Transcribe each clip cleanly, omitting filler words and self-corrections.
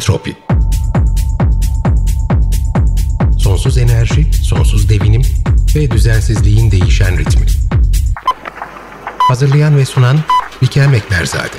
Entropi. Sonsuz enerji, sonsuz devinim ve düzensizliğin değişen ritmi. Hazırlayan ve sunan Bikem Ekberzade.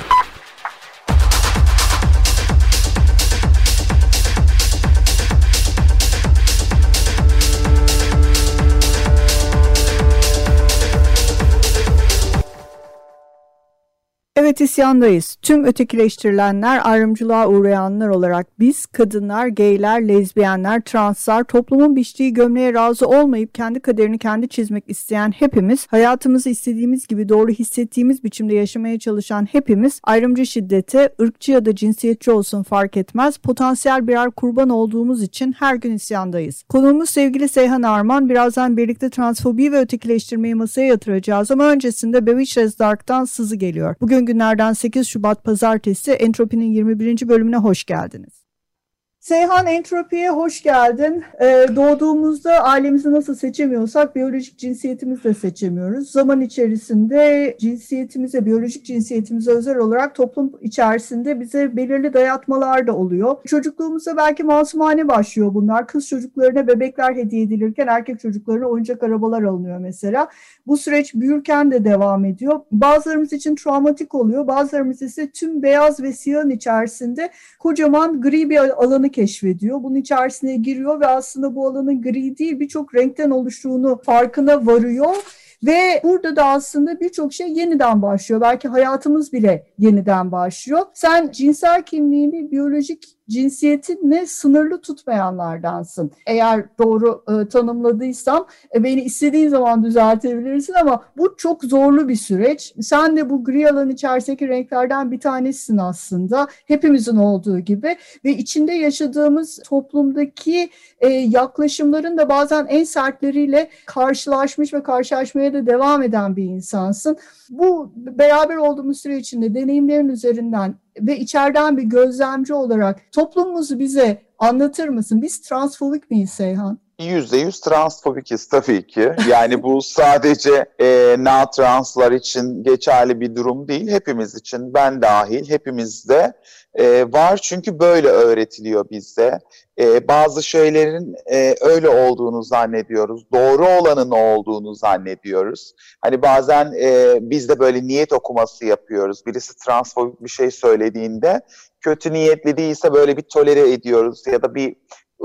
Evet, isyandayız. Tüm ötekileştirilenler, ayrımcılığa uğrayanlar olarak biz, kadınlar, geyler, lezbiyenler, translar, toplumun biçtiği gömleğe razı olmayıp kendi kaderini kendi çizmek isteyen hepimiz, hayatımızı istediğimiz gibi doğru hissettiğimiz biçimde yaşamaya çalışan hepimiz, ayrımcı şiddete, ırkçı ya da cinsiyetçi olsun fark etmez, potansiyel birer kurban olduğumuz için her gün isyandayız. Konuğumuz sevgili Seyhan Arman. Birazdan birlikte transfobi ve ötekileştirmeyi masaya yatıracağız ama öncesinde Bewitched Dark'tan sızı geliyor. Bugün günlerden 8 Şubat Pazartesi, Entropi'nin 21. bölümüne hoş geldiniz. Seyhan, Entropi'ye hoş geldin. Doğduğumuzda ailemizi nasıl seçemiyorsak biyolojik cinsiyetimizi de seçemiyoruz. Zaman içerisinde cinsiyetimize, biyolojik cinsiyetimize özel olarak toplum içerisinde bize belirli dayatmalar da oluyor. Çocukluğumuzda belki masumane başlıyor bunlar. Kız çocuklarına bebekler hediye edilirken erkek çocuklarına oyuncak arabalar alınıyor mesela. Bu süreç büyürken de devam ediyor. Bazılarımız için travmatik oluyor. Bazılarımız ise tüm beyaz ve siyahın içerisinde kocaman gri bir alanı keşfediyor. Bunun içerisine giriyor ve aslında bu alanın gri değil birçok renkten oluştuğunu farkına varıyor. Ve burada da aslında birçok şey yeniden başlıyor. Belki hayatımız bile yeniden başlıyor. Sen cinsel kimliğini biyolojik cinsiyetinle sınırlı tutmayanlardansın. Eğer doğru tanımladıysam beni istediğin zaman düzeltebilirsin ama bu çok zorlu bir süreç. Sen de bu gri alanın içerisindeki renklerden bir tanesisin aslında. Hepimizin olduğu gibi ve içinde yaşadığımız toplumdaki yaklaşımların da bazen en sertleriyle karşılaşmış ve karşılaşmaya da devam eden bir insansın. Bu beraber olduğumuz süre içinde deneyimlerin üzerinden ve içeriden bir gözlemci olarak toplumumuzu bize anlatır mısın? Biz transfobik miyiz Seyhan? %100 transfobikiz tabii ki. Yani bu sadece na-translar için geçerli bir durum değil. Hepimiz için, ben dahil, hepimizde var. Çünkü böyle öğretiliyor bize. Bazı şeylerin öyle olduğunu zannediyoruz. Doğru olanın olduğunu zannediyoruz. Hani bazen biz de böyle niyet okuması yapıyoruz. Birisi transfobik bir şey söylediğinde kötü niyetli değilse böyle bir tolere ediyoruz ya da bir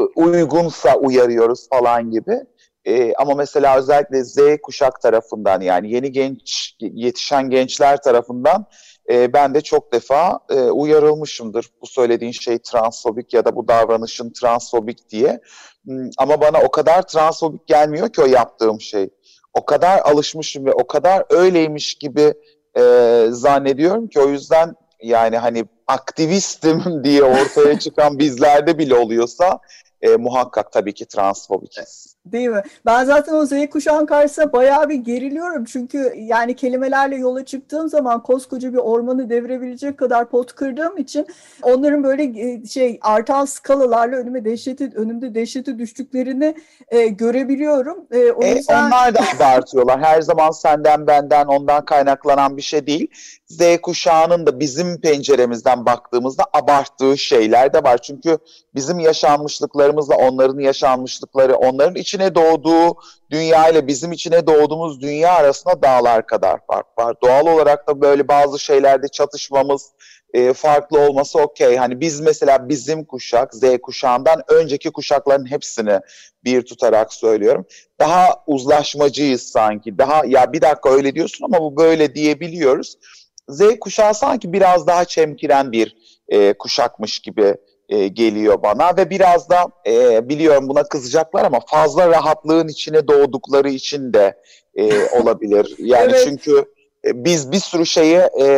uygunsa uyarıyoruz falan gibi. Ama mesela özellikle Z kuşak tarafından, yani yeni genç yetişen gençler tarafından ben de çok defa uyarılmışımdır. Bu söylediğin şey transfobik ya da bu davranışın transfobik diye. Ama bana o kadar transfobik gelmiyor ki o yaptığım şey. O kadar alışmışım ve o kadar öyleymiş gibi zannediyorum ki o yüzden yani hani aktivistim diye ortaya çıkan bizlerde bile oluyorsa muhakkak tabii ki transfobikiz. Değil mi? Ben zaten o Z kuşağın karşısında bayağı bir geriliyorum. Çünkü yani kelimelerle yola çıktığım zaman koskoca bir ormanı devirebilecek kadar pot kırdığım için onların böyle artan skalalarla önümde dehşete düştüklerini görebiliyorum. O yüzden... Onlar da abartıyorlar. Her zaman senden benden ondan kaynaklanan bir şey değil. Z kuşağının da bizim penceremizden baktığımızda abarttığı şeyler de var. Çünkü bizim yaşanmışlıklarımızla onların yaşanmışlıkları, onların içine doğduğu dünya ile bizim içine doğduğumuz dünya arasında dağlar kadar fark var. Doğal olarak da böyle bazı şeylerde çatışmamız farklı olması okey. Hani biz mesela bizim kuşak, Z kuşağından önceki kuşakların hepsini bir tutarak söylüyorum. Daha uzlaşmacıyız sanki. Daha ya bir dakika öyle diyorsun ama bu böyle diyebiliyoruz. Z kuşağı sanki biraz daha çemkiren bir kuşakmış gibi geliyor bana ve biraz da biliyorum buna kızacaklar ama fazla rahatlığın içine doğdukları için de olabilir. Yani evet. Çünkü biz bir sürü şeyi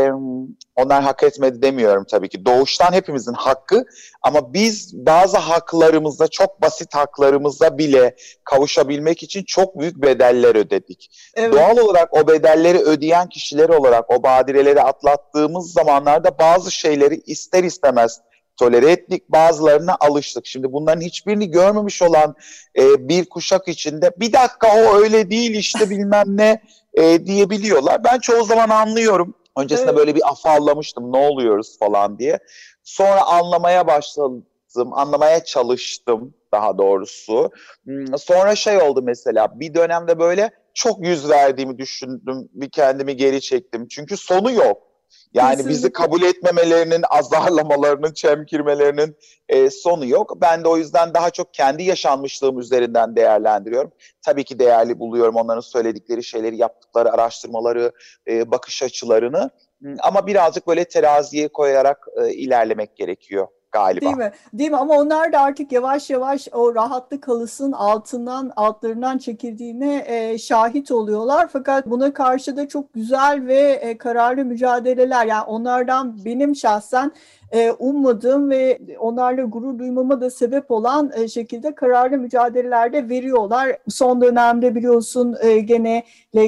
onlar hak etmedi demiyorum tabii ki. Doğuştan hepimizin hakkı ama biz bazı haklarımızda, çok basit haklarımıza bile kavuşabilmek için çok büyük bedeller ödedik. Evet. Doğal olarak o bedelleri ödeyen kişiler olarak o badireleri atlattığımız zamanlarda bazı şeyleri ister istemez tolere ettik, bazılarına alıştık. Şimdi bunların hiçbirini görmemiş olan bir kuşak içinde bir dakika o öyle değil işte bilmem ne diyebiliyorlar. Ben çoğu zaman anlıyorum. Öncesinde böyle bir afallamıştım ne oluyoruz falan diye. Sonra anlamaya baktım, anlamaya çalıştım daha doğrusu. Sonra şey oldu mesela, bir dönemde böyle çok yüz verdiğimi düşündüm, bir kendimi geri çektim. Çünkü sonu yok. Yani bizi Kesinlikle. kabul etmemelerinin, azarlamalarının, çemkirmelerinin sonu yok. Ben de o yüzden daha çok kendi yaşanmışlığım üzerinden değerlendiriyorum. Tabii ki değerli buluyorum onların söyledikleri şeyleri, yaptıkları araştırmaları, bakış açılarını. Ama birazcık böyle teraziye koyarak ilerlemek gerekiyor Değil galiba. mi? Değil mi? Ama onlar da artık yavaş yavaş o rahatlık halısının altlarından çekildiğine şahit oluyorlar. Fakat buna karşı da çok güzel ve kararlı mücadeleler. Yani onlardan benim şahsen ummadığım ve onlarla gurur duymama da sebep olan şekilde kararlı mücadeleler de veriyorlar. Son dönemde biliyorsun gene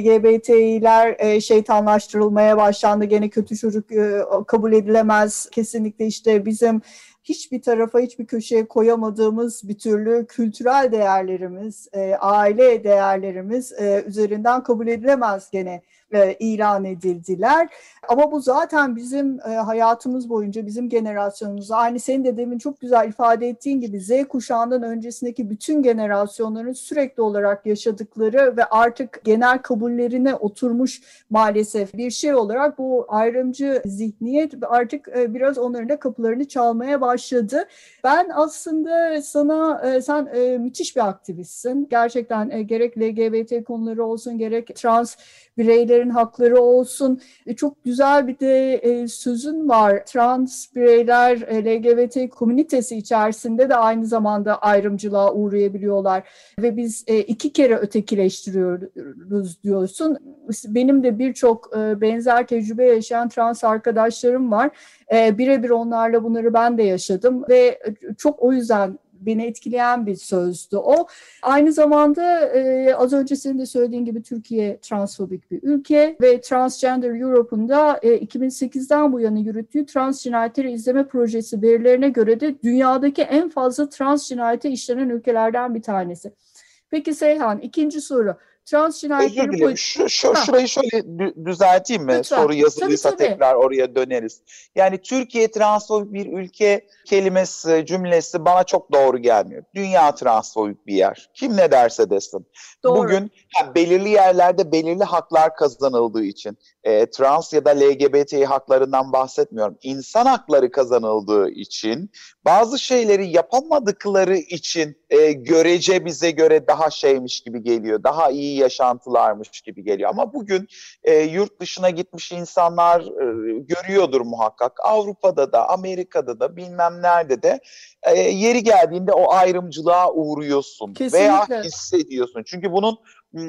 LGBT'ler şeytanlaştırılmaya başlandı. Gene kötü çocuk kabul edilemez. Kesinlikle işte bizim hiçbir tarafa, hiçbir köşeye koyamadığımız bir türlü kültürel değerlerimiz, aile değerlerimiz üzerinden kabul edilemez gene ilan edildiler. Ama bu zaten bizim hayatımız boyunca, bizim generasyonumuzda, aynı senin de demin çok güzel ifade ettiğin gibi Z kuşağından öncesindeki bütün generasyonların sürekli olarak yaşadıkları ve artık genel kabullerine oturmuş maalesef bir şey olarak bu ayrımcı zihniyet artık biraz onların da kapılarını çalmaya başladı. Ben aslında sen müthiş bir aktivistsin. Gerçekten gerek LGBT konuları olsun, gerek trans bireylerin hakları olsun. Çok güzel bir de sözün var. Trans bireyler LGBT komünitesi içerisinde de aynı zamanda ayrımcılığa uğrayabiliyorlar. Ve biz iki kere ötekileştiriyoruz diyorsun. Benim de birçok benzer tecrübe yaşayan trans arkadaşlarım var. Birebir onlarla bunları ben de yaşadım ve çok o yüzden beni etkileyen bir sözdü o. Aynı zamanda az önce senin de söylediğin gibi Türkiye transfobik bir ülke ve Transgender Europe'un da 2008'den bu yana yürüttüğü trans cinayetleri izleme projesi verilerine göre de dünyadaki en fazla trans cinayeti işlenen ülkelerden bir tanesi. Peki Seyhan, ikinci soru. Trans Özür cinayetleri... dilerim. Şurayı şöyle düzelteyim mi? Lütfen. Soru Tabii yazılıysa tabii. tekrar oraya döneriz. Yani Türkiye transfobik bir ülke kelimesi, cümlesi bana çok doğru gelmiyor. Dünya transfobik bir yer. Kim ne derse desin. Doğru. Bugün belirli yerlerde belirli haklar kazanıldığı için, trans ya da LGBT haklarından bahsetmiyorum. İnsan hakları kazanıldığı için, bazı şeyleri yapamadıkları için görece bize göre daha şeymiş gibi geliyor. Daha iyi yaşantılarmış gibi geliyor. Ama bugün yurt dışına gitmiş insanlar görüyordur muhakkak. Avrupa'da da, Amerika'da da, bilmem nerede de yeri geldiğinde o ayrımcılığa uğruyorsun. Kesinlikle. Veya hissediyorsun. Çünkü bunun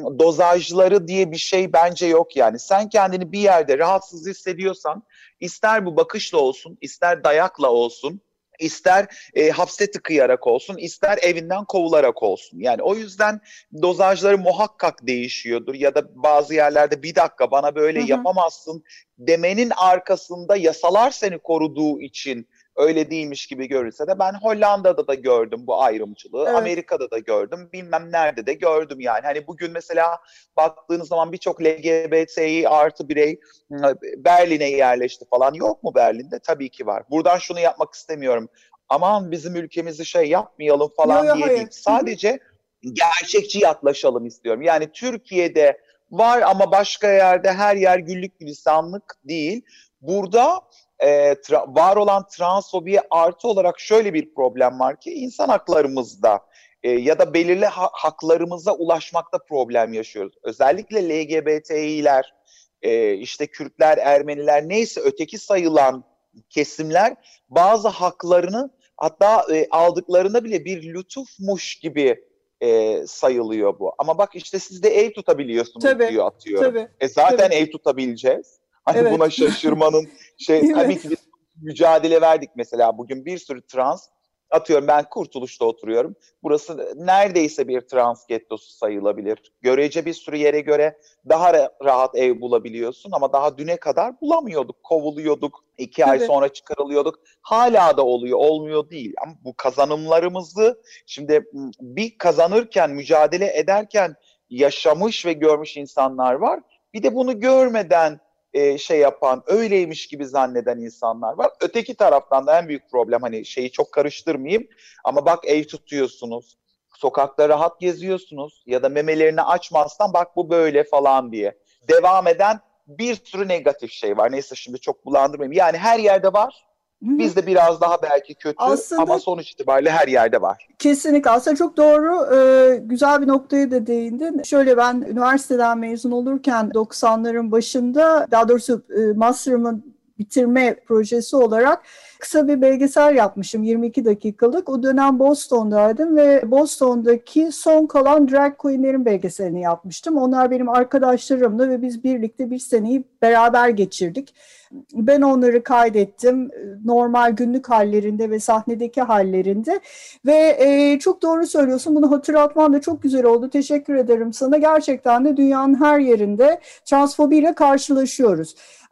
dozajları diye bir şey bence yok yani. Sen kendini bir yerde rahatsız hissediyorsan, ister bu bakışla olsun, ister dayakla olsun, İster hapse tıkayarak olsun, ister evinden kovularak olsun. Yani o yüzden dozajları muhakkak değişiyordur. Ya da bazı yerlerde bir dakika bana böyle yapamazsın demenin arkasında yasalar seni koruduğu için öyle değilmiş gibi görülse de ben Hollanda'da da gördüm bu ayrımcılığı. Evet. Amerika'da da gördüm. Bilmem nerede de gördüm yani. Hani bugün mesela baktığınız zaman birçok LGBTİ artı birey Berlin'e yerleşti falan. Yok mu Berlin'de? Tabii ki var. Buradan şunu yapmak istemiyorum. Aman bizim ülkemizi şey yapmayalım falan diye değil. Sadece gerçekçi yaklaşalım istiyorum. Yani Türkiye'de var ama başka yerde her yer güllük gülistanlık değil. Burada var olan transfobiye artı olarak şöyle bir problem var ki insan haklarımızda ya da belirli haklarımıza ulaşmakta problem yaşıyoruz. Özellikle LGBTİ'ler, işte Kürtler, Ermeniler neyse öteki sayılan kesimler bazı haklarını hatta aldıklarında bile bir lütufmuş gibi sayılıyor bu. Ama bak işte siz de ev tutabiliyorsunuz diyor atıyorum. Zaten ev tutabileceğiz. Hani buna şaşırmanın tabii ki biz mücadele verdik mesela bugün bir sürü trans atıyorum ben Kurtuluş'ta oturuyorum. Burası neredeyse bir trans gettosu sayılabilir. Görece bir sürü yere göre daha rahat ev bulabiliyorsun ama daha düne kadar bulamıyorduk. Kovuluyorduk. 2 ay sonra çıkarılıyorduk. Hala da oluyor. Olmuyor değil. Ama bu kazanımlarımızı şimdi bir kazanırken, mücadele ederken yaşamış ve görmüş insanlar var. Bir de bunu görmeden şey yapan, öyleymiş gibi zanneden insanlar var. Öteki taraftan da en büyük problem, hani şeyi çok karıştırmayayım ama bak ev tutuyorsunuz, sokakta rahat geziyorsunuz ya da memelerini açmazsan bak bu böyle falan diye devam eden bir sürü negatif şey var. Neyse şimdi çok bulandırmayayım. Yani her yerde var. Bizde biraz daha belki kötü ama Aslında sonuç itibariyle her yerde var. kesinlikle, aslında çok doğru, güzel bir noktaya da değindin. Şöyle, ben üniversiteden mezun olurken 90'ların başında, daha doğrusu master'ımın bitirme projesi olarak kısa bir belgesel yapmışım, 22 dakikalık. O dönem Boston'daydım ve Boston'daki son kalan drag queenlerin belgeselini yapmıştım. Onlar benim arkadaşlarımdı ve biz birlikte bir seneyi beraber geçirdik. Ben onları kaydettim, normal günlük hallerinde ve sahnedeki hallerinde ve çok doğru söylüyorsun, bunu hatırlatman da çok güzel oldu, teşekkür ederim sana. Gerçekten de dünyanın her yerinde transfobiyle karşılaşıyoruz.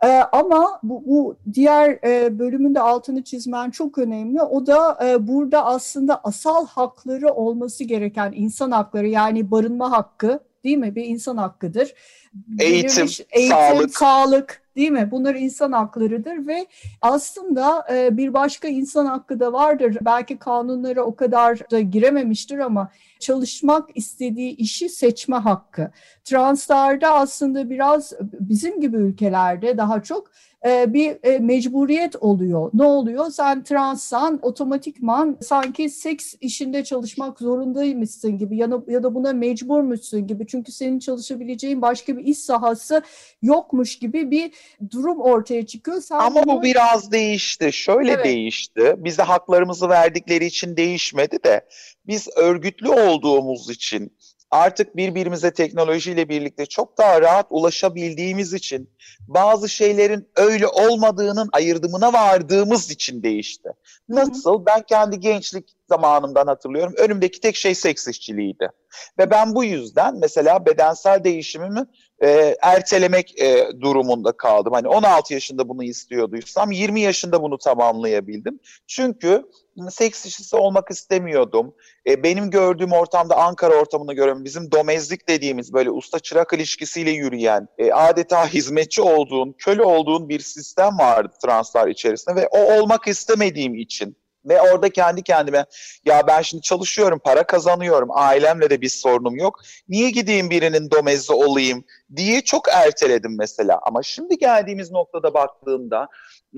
Ama bu diğer bölümün de altını çizmen çok önemli. O da burada aslında asal hakları olması gereken insan hakları, yani barınma hakkı, değil mi? Bir insan hakkıdır. Eğitim, sağlık, değil mi? Bunlar insan haklarıdır ve aslında bir başka insan hakkı da vardır. Belki kanunlara o kadar da girememiştir ama çalışmak istediği işi seçme hakkı. Translarda aslında biraz bizim gibi ülkelerde daha çok bir mecburiyet oluyor. Ne oluyor? Sen transsan otomatikman sanki seks işinde çalışmak zorundaymışsın gibi ya da buna mecburmuşsun gibi. Çünkü senin çalışabileceğin başka bir iş sahası yokmuş gibi bir durum ortaya çıkıyor. Ama bu biraz değişti. Şöyle evet. Değişti. Bize haklarımızı verdikleri için değişmedi de biz örgütlü olduğumuz için, artık birbirimize teknolojiyle birlikte çok daha rahat ulaşabildiğimiz için, bazı şeylerin öyle olmadığının ayırdımına vardığımız için değişti. Nasıl? Ben kendi gençlik zamanımdan hatırlıyorum. Önümdeki tek şey seks işçiliğiydi. Ve ben bu yüzden mesela bedensel değişimimi ertelemek durumunda kaldım. Hani 16 yaşında bunu istiyorduysam 20 yaşında bunu tamamlayabildim. Çünkü seks işçisi olmak istemiyordum. Benim gördüğüm ortamda, Ankara ortamını görüyorum. Bizim domestik dediğimiz böyle usta çırak ilişkisiyle yürüyen, adeta hizmetçi olduğun, köle olduğun bir sistem vardı translar içerisinde ve o olmak istemediğim için ve orada kendi kendime, ya ben şimdi çalışıyorum, para kazanıyorum, ailemle de bir sorunum yok, niye gideyim birinin domezi olayım diye çok erteledim mesela. Ama şimdi geldiğimiz noktada baktığımda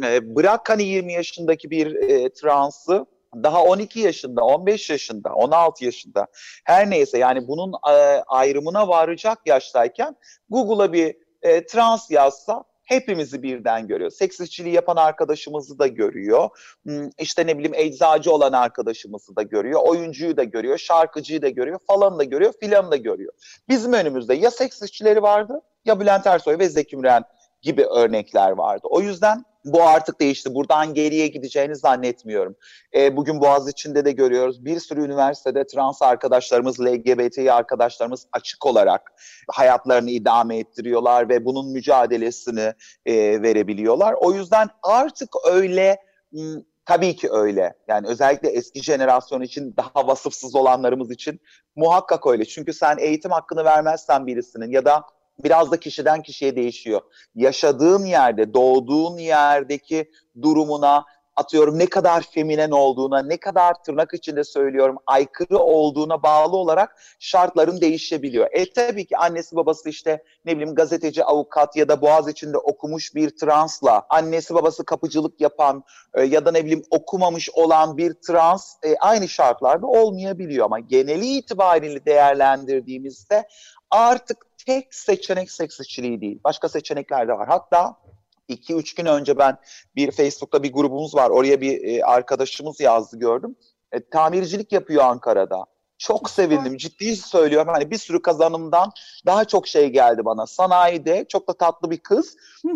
bırak hani 20 yaşındaki bir transı, daha 12 yaşında, 15 yaşında, 16 yaşında, her neyse, yani bunun ayrımına varacak yaştayken Google'a bir trans yazsa hepimizi birden görüyor. Seks işçiliği yapan arkadaşımızı da görüyor. İşte ne bileyim, eczacı olan arkadaşımızı da görüyor. Oyuncuyu da görüyor, şarkıcıyı da görüyor, falanı da görüyor, filanı da görüyor. Bizim önümüzde ya seks işçileri vardı ya Bülent Ersoy ve Zeki Müren gibi örnekler vardı. O yüzden bu artık değişti. Buradan geriye gideceğini zannetmiyorum. Bugün Boğaziçi'nde de görüyoruz. Bir sürü üniversitede trans arkadaşlarımız, LGBTİ arkadaşlarımız açık olarak hayatlarını idame ettiriyorlar ve bunun mücadelesini verebiliyorlar. O yüzden artık öyle, tabii ki öyle. Yani özellikle eski jenerasyon için, daha vasıfsız olanlarımız için muhakkak öyle. Çünkü sen eğitim hakkını vermezsen birisinin, ya da biraz da kişiden kişiye değişiyor, yaşadığın yerde, doğduğun yerdeki durumuna, atıyorum ne kadar feminen olduğuna, ne kadar tırnak içinde söylüyorum aykırı olduğuna bağlı olarak şartların değişebiliyor. Tabii ki annesi babası işte ne bileyim gazeteci, avukat ya da Boğaziçi'nde okumuş bir transla annesi babası kapıcılık yapan ya da ne bileyim okumamış olan bir trans aynı şartlarda olmayabiliyor. Ama geneli itibariyle değerlendirdiğimizde artık tek seçenek seks işçiliği değil. Başka seçenekler de var. Hatta 2-3 gün önce ben Facebook'ta bir grubumuz var. Oraya bir arkadaşımız yazdı, gördüm. Tamircilik yapıyor Ankara'da. Çok sevindim. Ciddi söylüyorum. Hani bir sürü kazanımdan daha çok şey geldi bana. Sanayide çok da tatlı bir kız.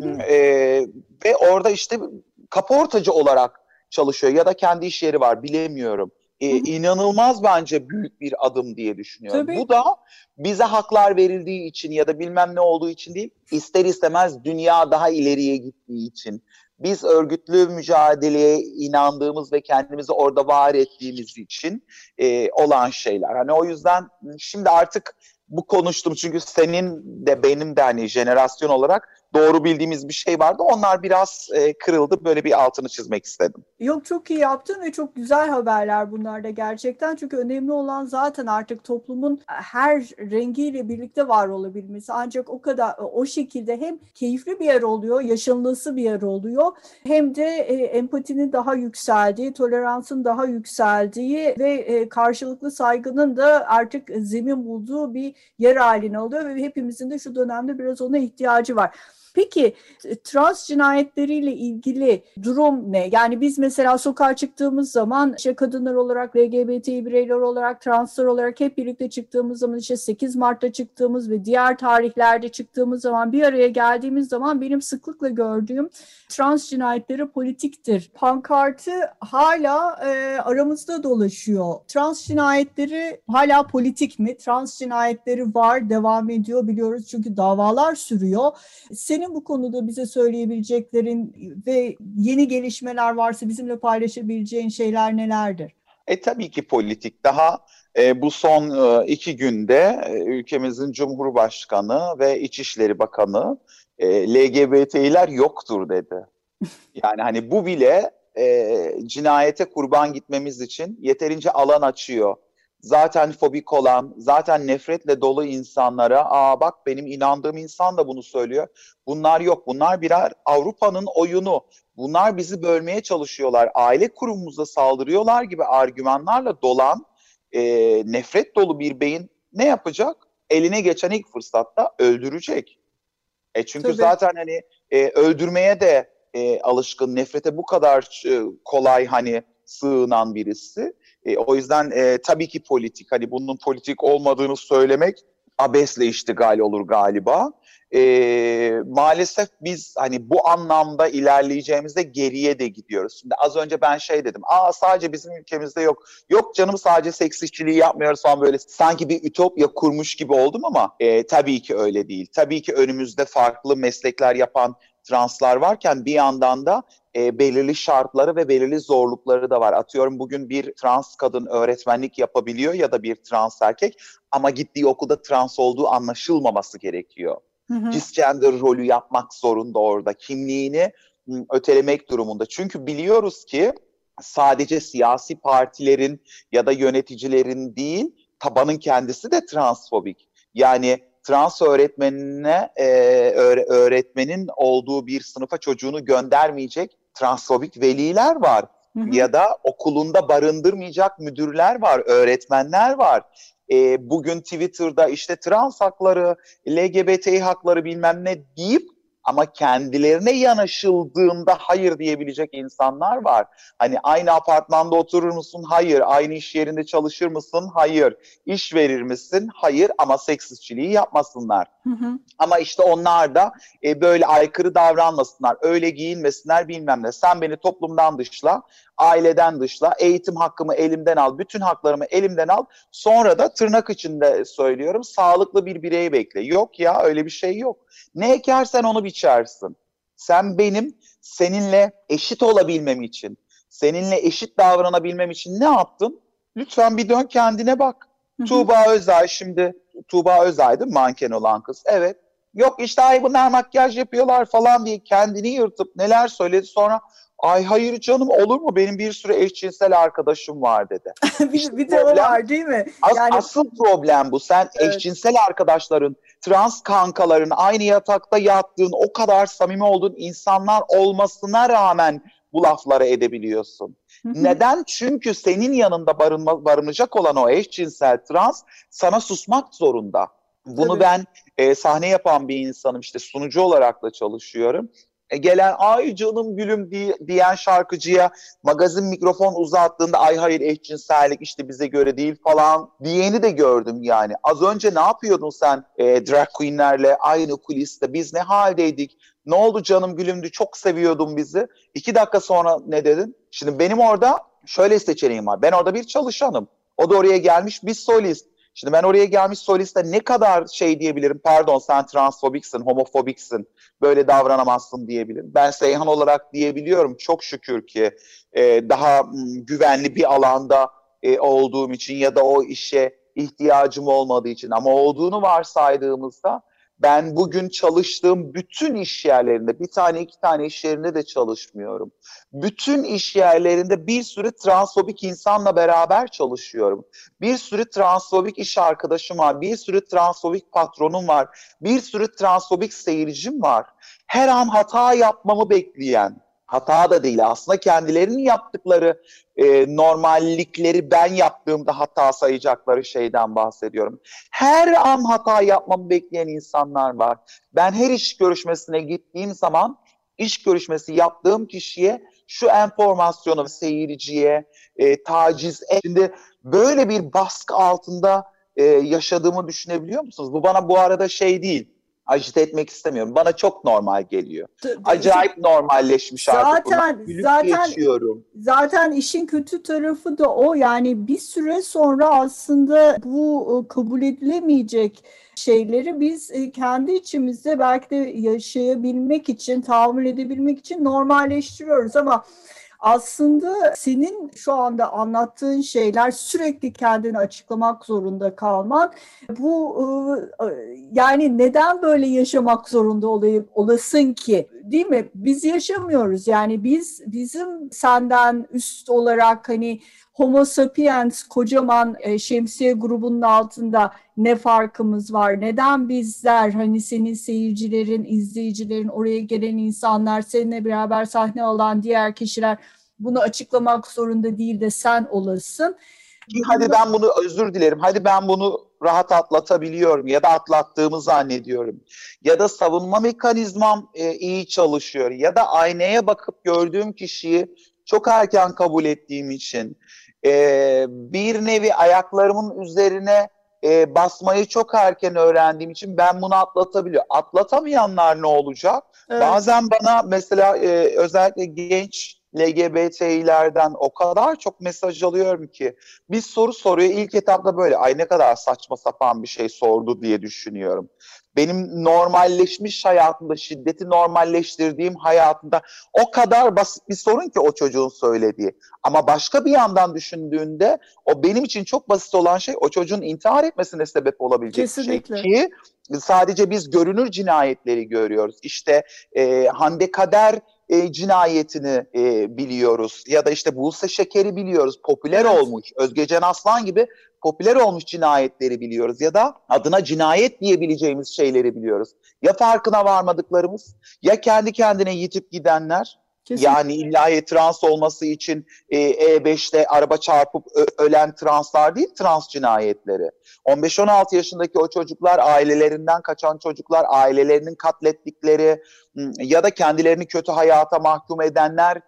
Ve orada işte kaportacı olarak çalışıyor. Ya da kendi iş yeri var. Bilemiyorum. İnanılmaz bence büyük bir adım diye düşünüyorum. Tabii. Bu da bize haklar verildiği için ya da bilmem ne olduğu için değil, ister istemez dünya daha ileriye gittiği için, biz örgütlü mücadeleye inandığımız ve kendimizi orada var ettiğimiz için olan şeyler. Hani o yüzden şimdi artık bu konuştum çünkü senin de benim de hani jenerasyon olarak doğru bildiğimiz bir şey vardı. Onlar biraz kırıldı. Böyle bir altını çizmek istedim. Yok, çok iyi yaptın ve çok güzel haberler bunlar da gerçekten. Çünkü önemli olan zaten artık toplumun her rengiyle birlikte var olabilmesi. Ancak o şekilde hem keyifli bir yer oluyor, yaşanılası bir yer oluyor. Hem de empatinin daha yükseldiği, toleransın daha yükseldiği ve karşılıklı saygının da artık zemin bulduğu bir yer haline alıyor ve hepimizin de şu dönemde biraz ona ihtiyacı var. Peki trans cinayetleriyle ilgili durum ne? Yani biz mesela sokağa çıktığımız zaman işte kadınlar olarak, LGBTİ bireyler olarak, translar olarak hep birlikte çıktığımız zaman, işte 8 Mart'ta çıktığımız ve diğer tarihlerde çıktığımız zaman, bir araya geldiğimiz zaman benim sıklıkla gördüğüm trans cinayetleri politiktir pankartı hala aramızda dolaşıyor. Trans cinayetleri hala politik mi? Trans cinayetleri var, devam ediyor biliyoruz çünkü davalar sürüyor. Senin bu konuda bize söyleyebileceklerin ve yeni gelişmeler varsa bizimle paylaşabileceğin şeyler nelerdir? Tabii ki politik. Daha bu son 2 günde ülkemizin Cumhurbaşkanı ve İçişleri Bakanı LGBT'ler yoktur dedi. Yani hani bu bile cinayete kurban gitmemiz için yeterince alan açıyor. Zaten fobik olan, zaten nefretle dolu insanlara, bak benim inandığım insan da bunu söylüyor. Bunlar yok. Bunlar birer Avrupa'nın oyunu. Bunlar bizi bölmeye çalışıyorlar. Aile kurumumuza saldırıyorlar gibi argümanlarla dolan nefret dolu bir beyin ne yapacak? Eline geçen ilk fırsatta öldürecek. Çünkü Tabii. zaten hani öldürmeye de alışkın, nefrete bu kadar kolay hani sığınan birisi. O yüzden tabii ki politik. Hani bunun politik olmadığını söylemek abesle iştigal olur galiba. Maalesef biz hani bu anlamda ilerleyeceğimizde geriye de gidiyoruz. Şimdi az önce ben dedim. Sadece bizim ülkemizde yok. Yok canım, sadece seks işçiliği yapmıyoruz falan, böyle sanki bir ütopya kurmuş gibi oldum ama tabii ki öyle değil. Tabii ki önümüzde farklı meslekler yapan translar varken bir yandan da belirli şartları ve belirli zorlukları da var. Atıyorum bugün bir trans kadın öğretmenlik yapabiliyor ya da bir trans erkek, ama gittiği okulda trans olduğu anlaşılmaması gerekiyor. Cisgender rolü yapmak zorunda orada. Kimliğini ötelemek durumunda. Çünkü biliyoruz ki sadece siyasi partilerin ya da yöneticilerin değil, tabanın kendisi de transfobik. Yani trans öğretmenine öğretmenin olduğu bir sınıfa çocuğunu göndermeyecek transfobik veliler var. Ya da okulunda barındırmayacak müdürler var, öğretmenler var. Bugün Twitter'da işte trans hakları, LGBT hakları bilmem ne deyip ama kendilerine yanaşıldığında hayır diyebilecek insanlar var. Hani aynı apartmanda oturur musun? Hayır. Aynı iş yerinde çalışır mısın? Hayır. İş verir misin? Hayır, ama seks işçiliği yapmasınlar. Ama işte onlar da böyle aykırı davranmasınlar, öyle giyinmesinler bilmem ne. Sen beni toplumdan dışla, aileden dışla, eğitim hakkımı elimden al, bütün haklarımı elimden al. Sonra da tırnak içinde söylüyorum, sağlıklı bir birey bekle. Yok ya, öyle bir şey yok. Ne ekersen onu biçersin. Sen benim seninle eşit olabilmem için, seninle eşit davranabilmem için ne yaptın? Lütfen bir dön kendine bak. Tuğba Özay, şimdi Tuğba Özay'dı manken olan kız. Evet. Yok işte bunlar makyaj yapıyorlar falan diye kendini yırtıp neler söyledi, sonra hayır canım, olur mu, benim bir sürü eşcinsel arkadaşım var dedi. bir de o var değil mi? Yani asıl problem bu. Sen eşcinsel arkadaşların, trans kankaların, aynı yatakta yattığın, o kadar samimi olduğun insanlar olmasına rağmen bu lafları edebiliyorsun. Neden? Çünkü senin yanında barınacak olan o eşcinsel trans sana susmak zorunda. Bunu ben sahne yapan bir insanım, işte sunucu olarak da çalışıyorum. Gelen ay canım gülüm diyen şarkıcıya magazin mikrofon uzattığında hayır eşcinsellik işte bize göre değil falan diyeni de gördüm yani. Az önce ne yapıyordun sen drag queenlerle aynı kuliste, biz ne haldeydik? Ne oldu canım gülümdü, çok seviyordun bizi. 2 dakika sonra ne dedin? Şimdi benim orada şöyle seçeneğim var. Ben orada bir çalışanım. O da oraya gelmiş bir solist. Şimdi ben oraya gelmiş soliste ne kadar diyebilirim? Pardon, sen transfobiksin, homofobiksin, böyle davranamazsın diyebilirim. Ben Seyhan olarak diyebiliyorum çok şükür ki daha güvenli bir alanda olduğum için ya da o işe ihtiyacım olmadığı için, ama olduğunu varsaydığımızda Ben bugün çalıştığım bütün iş yerlerinde, bir tane iki tane iş yerinde de çalışmıyorum. Bütün iş yerlerinde bir sürü transfobik insanla beraber çalışıyorum. Bir sürü transfobik iş arkadaşım var, bir sürü transfobik patronum var, bir sürü transfobik seyircim var. Her an hata yapmamı bekleyen, hata da değil aslında kendilerinin yaptıkları normallikleri ben yaptığımda hata sayacakları şeyden bahsediyorum. Her an hata yapmamı bekleyen insanlar var. Ben her iş görüşmesine gittiğim zaman iş görüşmesi yaptığım kişiye şu enformasyonu seyirciye taciz et. Şimdi böyle bir baskı altında yaşadığımı düşünebiliyor musunuz? Bu bana bu arada şey değil. Acite etmek istemiyorum. Bana çok normal geliyor. Acayip normalleşmiş artık bunlar. Gülüp geçiyorum. Zaten işin kötü tarafı da o. Yani bir süre sonra aslında bu kabul edilemeyecek şeyleri biz kendi içimizde belki de yaşayabilmek için, tahammül edebilmek için normalleştiriyoruz ama aslında senin şu anda anlattığın şeyler sürekli kendini açıklamak zorunda kalman. Bu yani neden böyle yaşamak zorunda olasın ki? Değil mi? Biz yaşamıyoruz. Yani bizim senden üst olarak hani Homo sapiens kocaman şemsiye grubunun altında ne farkımız var? Neden bizler hani senin seyircilerin, izleyicilerin, oraya gelen insanlar, seninle beraber sahne alan diğer kişiler bunu açıklamak zorunda değil de sen olasın? Hadi ben bunu özür dilerim. Hadi ben bunu rahat atlatabiliyorum ya da atlattığımı zannediyorum. Ya da savunma mekanizmam iyi çalışıyor ya da aynaya bakıp gördüğüm kişiyi çok erken kabul ettiğim için bir nevi ayaklarımın üzerine basmayı çok erken öğrendiğim için ben bunu atlatabiliyorum. Atlatamayanlar ne olacak? Evet. Bazen bana mesela özellikle genç LGBT'lerden o kadar çok mesaj alıyorum ki bir soru soruyor ilk etapta böyle ay ne kadar saçma sapan bir şey sordu diye düşünüyorum. Benim normalleşmiş hayatımda, şiddeti normalleştirdiğim hayatımda o kadar basit bir sorun ki o çocuğun söylediği. Ama başka bir yandan düşündüğünde o benim için çok basit olan şey o çocuğun intihar etmesine sebep olabilecek Kesinlikle. bir şey ki sadece biz görünür cinayetleri görüyoruz. İşte Hande Kader cinayetini biliyoruz ya da işte Buse Şeker'i biliyoruz, popüler olmuş, Özgecan Aslan gibi popüler olmuş cinayetleri biliyoruz ya da adına cinayet diyebileceğimiz şeyleri biliyoruz. Ya farkına varmadıklarımız ya kendi kendine yitip gidenler. Kesinlikle. Yani illa trans olması için E5'te araba çarpıp ölen translar değil, trans cinayetleri. 15-16 yaşındaki o çocuklar, ailelerinden kaçan çocuklar, ailelerinin katlettikleri ya da kendilerini kötü hayata mahkum edenler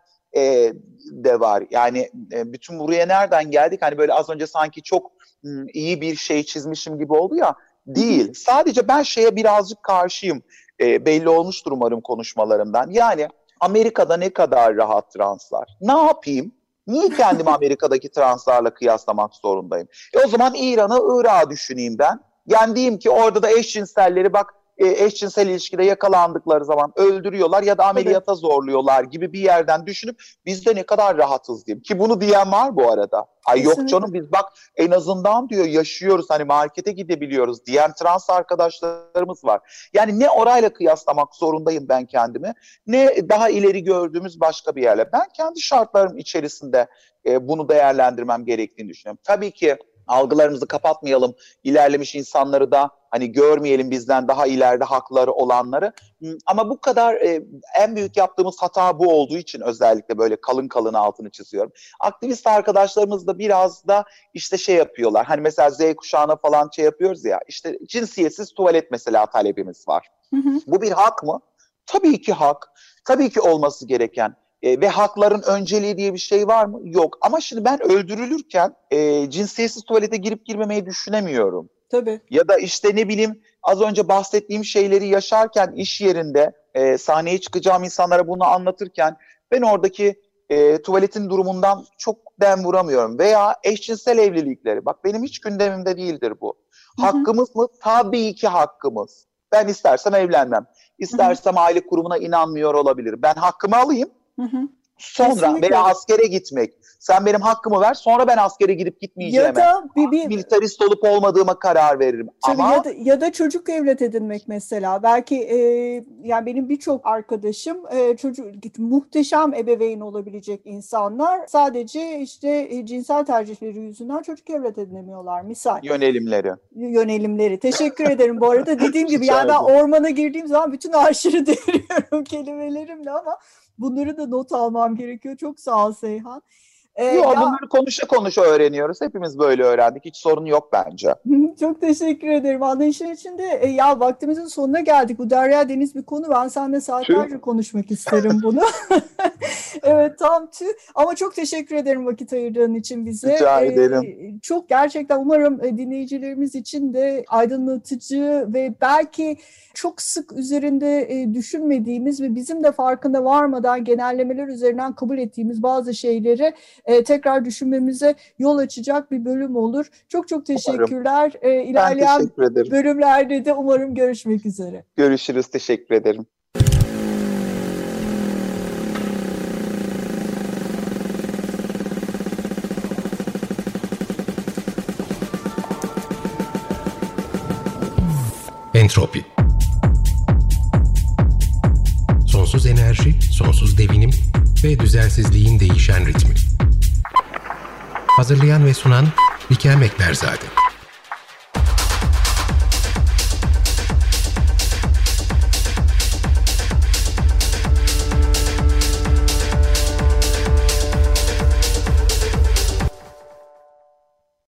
de var. Yani bütün buraya nereden geldik? Hani böyle az önce sanki çok iyi bir şey çizmişim gibi oldu ya. Değil. Sadece ben şeye birazcık karşıyım. Belli olmuştur umarım konuşmalarımdan. Yani Amerika'da ne kadar rahat translar. Ne yapayım? Niye kendimi Amerika'daki translarla kıyaslamak zorundayım? O zaman İran'ı, Irak'ı düşüneyim ben. Yani diyeyim ki orada da eşcinselleri bak eşcinsel ilişkide yakalandıkları zaman öldürüyorlar ya da ameliyata zorluyorlar gibi bir yerden düşünüp biz de ne kadar rahatız diyeyim. Ki bunu diyen var bu arada. Ay yok canım biz bak en azından diyor yaşıyoruz hani markete gidebiliyoruz diyen trans arkadaşlarımız var. Yani ne orayla kıyaslamak zorundayım ben kendimi ne daha ileri gördüğümüz başka bir yerle. Ben kendi şartlarım içerisinde bunu değerlendirmem gerektiğini düşünüyorum. Tabii ki algılarımızı kapatmayalım, ilerlemiş insanları da hani görmeyelim bizden daha ileride hakları olanları. Ama bu kadar en büyük yaptığımız hata bu olduğu için özellikle böyle kalın kalın altını çiziyorum. Aktivist arkadaşlarımız da biraz da işte şey yapıyorlar. Hani mesela Z kuşağına falan şey yapıyoruz ya işte cinsiyetsiz tuvalet mesela talebimiz var. Bu bir hak mı? Tabii ki hak. Tabii ki olması gereken. Ve hakların önceliği diye bir şey var mı? Yok. Ama şimdi ben öldürülürken cinsiyetsiz tuvalete girip girmemeyi düşünemiyorum. Tabii. Ya da işte ne bileyim az önce bahsettiğim şeyleri yaşarken iş yerinde sahneye çıkacağım insanlara bunu anlatırken ben oradaki tuvaletin durumundan çok dem vuramıyorum. Veya eşcinsel evlilikleri. Bak benim hiç gündemimde değildir bu. Hakkımız mı? Tabii ki hakkımız. Ben istersem evlenmem. İstersem aile kurumuna inanmıyor olabilirim. Ben hakkımı alayım. Sonra Kesinlikle. veya askere gitmek. Sen benim hakkımı ver, sonra ben askere gidip gitmeyeceğime. Ya da militarist olup olmadığıma karar veririm. Tabii ama ya da çocuk evlat edinmek mesela. Belki yani benim birçok arkadaşım muhteşem ebeveyn olabilecek insanlar sadece işte cinsel tercihleri yüzünden çocuk evlat edinemiyorlar misal. Yönelimleri. Teşekkür ederim bu arada. Dediğim gibi yani ben ormana girdiğim zaman bütün arşivi deviriyorum kelimelerimle ama bunları da not almam gerekiyor. Çok sağ ol Seyhan. Bunları konuşa öğreniyoruz. Hepimiz böyle öğrendik. Hiç sorun yok bence. Çok teşekkür ederim. Anlayışın içinde ya vaktimizin sonuna geldik. Bu derya deniz bir konu. Ben seninle saatlerce konuşmak isterim bunu. Evet ama çok teşekkür ederim vakit ayırdığın için bize. Rica ederim. Çok gerçekten umarım dinleyicilerimiz için de aydınlatıcı ve belki çok sık üzerinde düşünmediğimiz ve bizim de farkında varmadan genellemeler üzerinden kabul ettiğimiz bazı şeyleri tekrar düşünmemize yol açacak bir bölüm olur. Çok teşekkürler. İlerleyen bölümlerde de umarım görüşmek üzere. Görüşürüz. Teşekkür ederim. Entropi. Sonsuz enerji, sonsuz devinim ve düzensizliğin değişen ritmi. Hazırlayan ve sunan Bikem Ekberzade.